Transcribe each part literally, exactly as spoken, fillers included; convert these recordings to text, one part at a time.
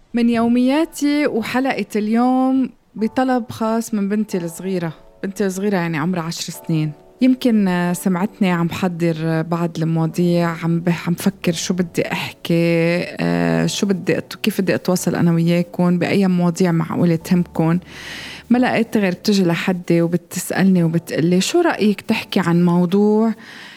من يومياتي وحلقة اليوم بطلب خاص من بنتي الصغيرة. بنتي الصغيرة يعني عمرها عشر سنين. يمكن سمعتني عم بحضر بعض المواضيع، عم عم بفكر شو بدي أحكي، آه شو بدي كيف بدي أتواصل أنا وياكم بأي مواضيع معقولة تهمكم. ما لقيت غير تجي لحدي وبتسألني وبتقلي شو رأيك تحكي عن موضوع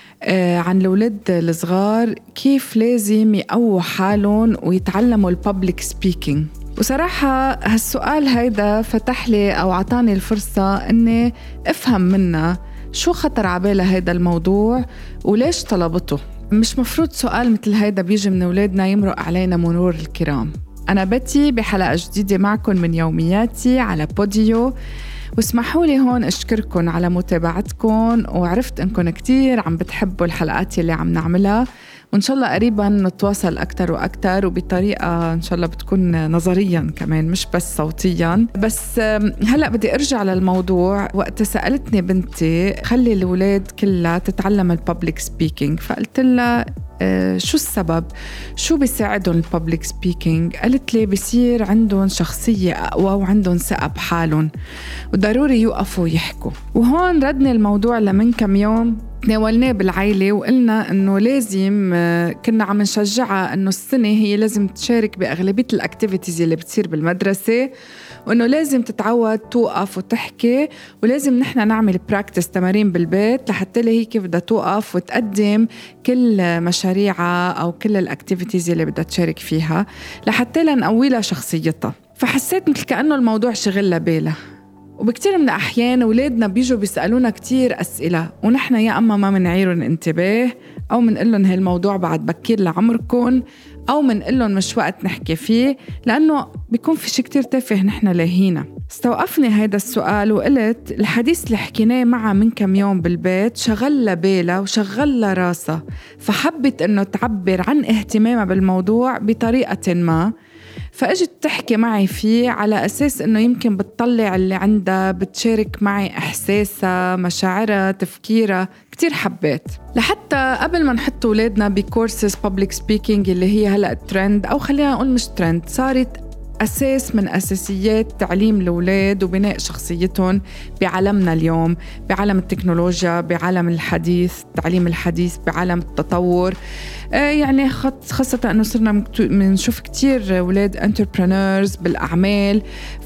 آه عن الأولاد الصغار، كيف لازم يقووا حالهم ويتعلموا البابليك سبيكينج. وصراحة هالسؤال هيدا فتح لي أو عطاني الفرصة أني أفهم منها شو خطر عبالة هيدا الموضوع وليش طلبته. مش مفروض سؤال مثل هيدا بيجي من أولادنا يمرق علينا مرور الكرام. أنا بتي بحلقة جديدة معكم من يومياتي على بوديو، واسمحوا لي هون أشكركم على متابعتكم، وعرفت أنكم كتير عم بتحبوا الحلقات اللي عم نعملها، وإن شاء الله قريباً نتواصل أكتر وأكتر وبطريقة إن شاء الله بتكون نظرياً كمان مش بس صوتياً. بس هلأ بدي أرجع للموضوع. وقت سألتني بنتي خلي الولاد كلها تتعلم البابليك سبيكينج، فقلت لها آه شو السبب؟ شو بيساعدهم البابليك سبيكينج؟ قالت لي بيصير عندهم شخصية أقوى وعندهم ثقة بحالهم وضروري يوقفوا يحكوا. وهون ردني الموضوع لمن كم يوم تناولناه بالعائلة وقلنا إنه لازم، كنا عم نشجعها إنه السنة هي لازم تشارك بأغلبية الأكتيفيتيز اللي بتصير بالمدرسة، وإنه لازم تتعود توقف وتحكي، ولازم نحن نعمل براكتس تمارين بالبيت لحتى هي كيف بدها توقف وتقدم كل مشاريعها أو كل الأكتيفيتيز اللي بدها تشارك فيها لحتى نقوي لها شخصيتها. فحسيت مثل كأنه الموضوع شغل بالها. وبكتير من الأحيان أولادنا بيجوا بيسألونا كتير أسئلة، ونحن يا أما ما منعيرن انتباه، أو منقلن هالموضوع بعد بكير لعمركن، أو منقلن مش وقت نحكي فيه، لأنه بيكون في شي كتير تافه نحن لاهينا. استوقفني هيدا السؤال وقلت الحديث اللي حكيناه معها من كم يوم بالبيت شغل لبالها وشغل لراسها، فحبت أنه تعبر عن اهتمامها بالموضوع بطريقة ما، فأجت تحكي معي فيه على أساس أنه يمكن بتطلع اللي عندها، بتشارك معي إحساسها، مشاعرها، تفكيرها. كتير حبيت. لحتى قبل ما نحط أولادنا بكورسز public speaking اللي هي هلأ ترند، أو خلينا نقول مش ترند، صارت أساس من أساسيات تعليم الأولاد وبناء شخصيتهم بعالمنا اليوم، بعالم التكنولوجيا، بعالم الحديث، التعليم الحديث، بعالم التطور. آه يعني خاصة أنه صرنا منشوف كتير أولاد entrepreneurs بالأعمال،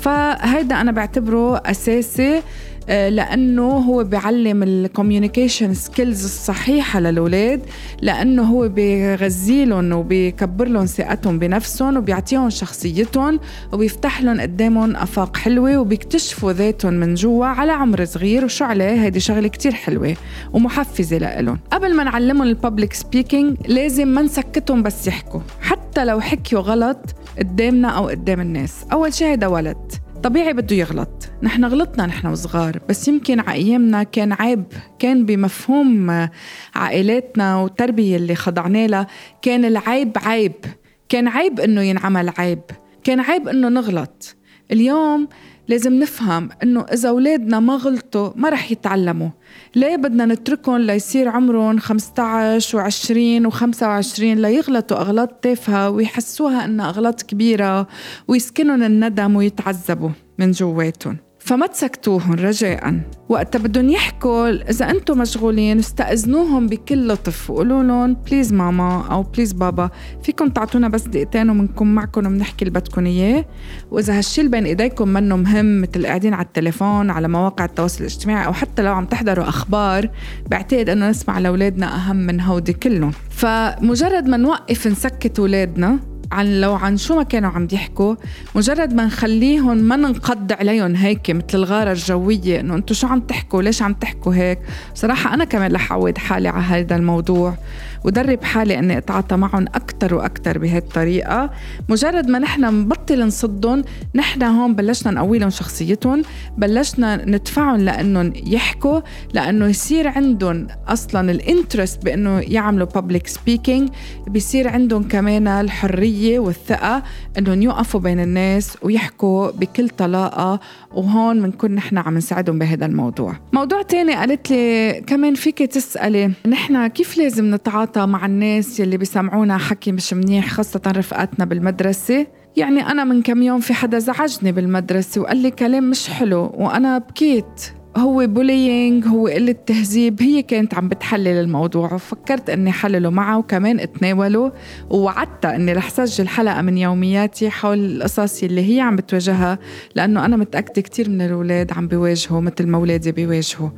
فهيدا أنا بعتبره أساسي لأنه هو بيعلم الكوميونيكيشن سكيلز الصحيحة للأولاد، لأنه هو بيغذيلهم وبيكبر لهم ثقتهم بنفسهم وبيعطيهم شخصيتهم وبيفتح لهم قدامهم أفاق حلوة وبيكتشفوا ذاتهم من جوا على عمر صغير. وشو عليه هيدي شغلة كتير حلوة ومحفزة لهم. قبل ما نعلمهم البابليك سبيكينج لازم ما نسكتهم بس يحكوا، حتى لو حكيوا غلط قدامنا أو قدام الناس. أول شيء هيدا ولد طبيعي بده يغلط، نحن غلطنا نحن وصغار، بس يمكن عأيامنا كان عيب، كان بمفهوم عائلاتنا والتربية اللي خضعنا لها كان العيب عيب، كان عيب إنه ينعمل عيب، كان عيب إنه نغلط. اليوم لازم نفهم إنه إذا أولادنا ما غلطوا ما رح يتعلموا. ليه بدنا نتركهم ليصير عمرهم خمسة عشر وعشرين وخمسة وعشرين ليغلطوا أغلاط تافهة ويحسوها إنها أغلاط كبيرة ويسكنون الندم ويتعذبوا من جواتهم؟ فما تسكتوهم رجاءً. وقت بدهم يحكوا إذا أنتم مشغولين استأذنوهم بكل لطف وقولوا لهم بليز ماما أو بليز بابا فيكم تعطونا بس دقيقتين ومنكم معكم ومنحكي اللي بدكم إياه. وإذا هالشي اللي بين إيديكم منه مهم مثل قاعدين على التليفون على مواقع التواصل الاجتماعي أو حتى لو عم تحضروا أخبار، بعتقد أنه نسمع لأولادنا أهم من هودي كلهم. فمجرد ما نوقف نسكت أولادنا عن لو عن شو ما كانوا عم يحكوا، مجرد ما نخليهم ما ننقض عليهم هيك مثل الغارة الجوية إنه أنتوا شو عم تحكوا، ليش عم تحكوا هيك. صراحة أنا كمان رح أعود حالي على هذا الموضوع ودرب حالي أني أتعاطى معهم أكتر وأكتر بهذه الطريقة. مجرد ما نحن نبطل نصدهم، نحن هون بلشنا نقوي لهم شخصيتهم، بلشنا ندفعهم لأنهم يحكوا، لأنه يصير عندهم أصلا الانترست بأنه يعملوا public speaking، بيصير عندهم كمان الحرية والثقة أنهم يوقفوا بين الناس ويحكوا بكل طلاقة. وهون منكون نحن عم نساعدهم بهذا الموضوع. موضوع تاني قالت لي كمان فيك تسألي نحن كيف لازم نتعاطى نتعاطى مع الناس يلي بيسمعونا حكي مش منيح، خاصة رفقاتنا بالمدرسة. يعني أنا من كم يوم في حدا زعجني بالمدرسة وقال لي كلام مش حلو وأنا بكيت. هو بولينج، هو قلة تهذيب. هي كانت عم بتحلل الموضوع وفكرت أني حلله معه وكمان اتناوله، ووعدت أني رح سجل حلقة من يومياتي حول القصص اللي هي عم بتواجهها، لأنه أنا متأكدة كتير من الأولاد عم بيواجهوا مثل ما أولادي بيواجهوا،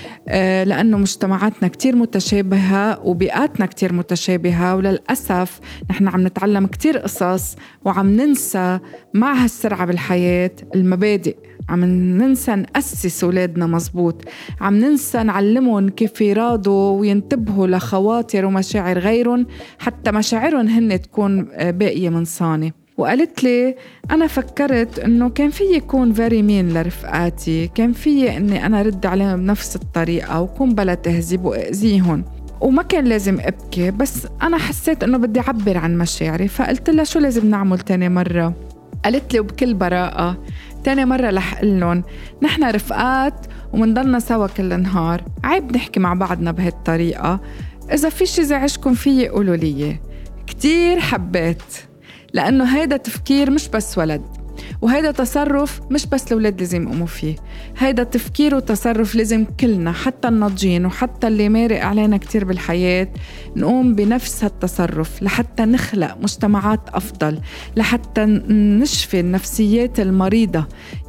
آه لأنه مجتمعاتنا كتير متشابهة وبيئاتنا كتير متشابهة، وللأسف نحن عم نتعلم كتير قصص وعم ننسى مع هالسرعة بالحياة المبادئ. عم ننسى نأسس أولادنا مزبوط، عم ننسى نعلمهم كيف يرادوا وينتبهوا لخواطر ومشاعر غيرهم حتى مشاعرهم هن تكون باقية من صاني. وقالت لي أنا فكرت أنه كان في يكون very mean لرفقاتي، كان في أني أنا رد عليهم بنفس الطريقة وكون بلا تهذيب وأذيهم، وما كان لازم أبكي، بس أنا حسيت أنه بدي أعبر عن مشاعري. فقلت لها شو لازم نعمل تاني مرة؟ قالت لي وبكل براءة تاني مرة رح قلن نحن رفقات ومنضلنا سوا كل نهار، عيب نحكي مع بعضنا بهالطريقة، إذا في شي زعجكم فيي قولوا لي. كتير حبيت، لأنه هيدا تفكير مش بس ولد، وهيدا تصرف مش بس الأولاد لازم يقوموا فيه، هيدا تفكير وتصرف لازم كلنا حتى الناضجين وحتى اللي مارق علينا كتير بالحياة نقوم بنفس هالتصرف لحتى نخلق مجتمعات أفضل، لحتى نشفي النفسيات المريضة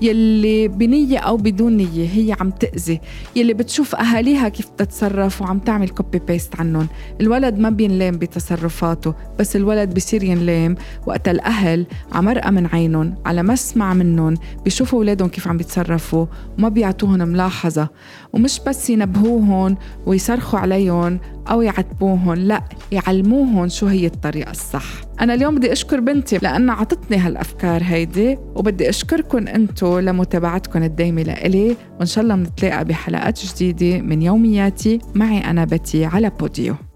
يلي بنية أو بدون نية هي عم تأذي، يلي بتشوف أهاليها كيف تتصرف وعم تعمل كوبي بيست عنهم. الولد ما بينلام بتصرفاته، بس الولد بيصير ينلام وقت الأهل عمرقة من عينهم على ما اسمع منهم بيشوفوا أولادهم كيف عم بيتصرفوا وما بيعطوهم ملاحظة، ومش بس ينبهوهم ويصرخوا عليهم أو يعتبوهم، لا يعلموهم شو هي الطريقة الصح. أنا اليوم بدي أشكر بنتي لأنها عطتني هالأفكار هيدي، وبدي أشكركن أنتو لمتابعتكن الدايمة لإلي، وإن شاء الله بنتلاقى بحلقات جديدة من يومياتي معي أنا بتي على بوديو.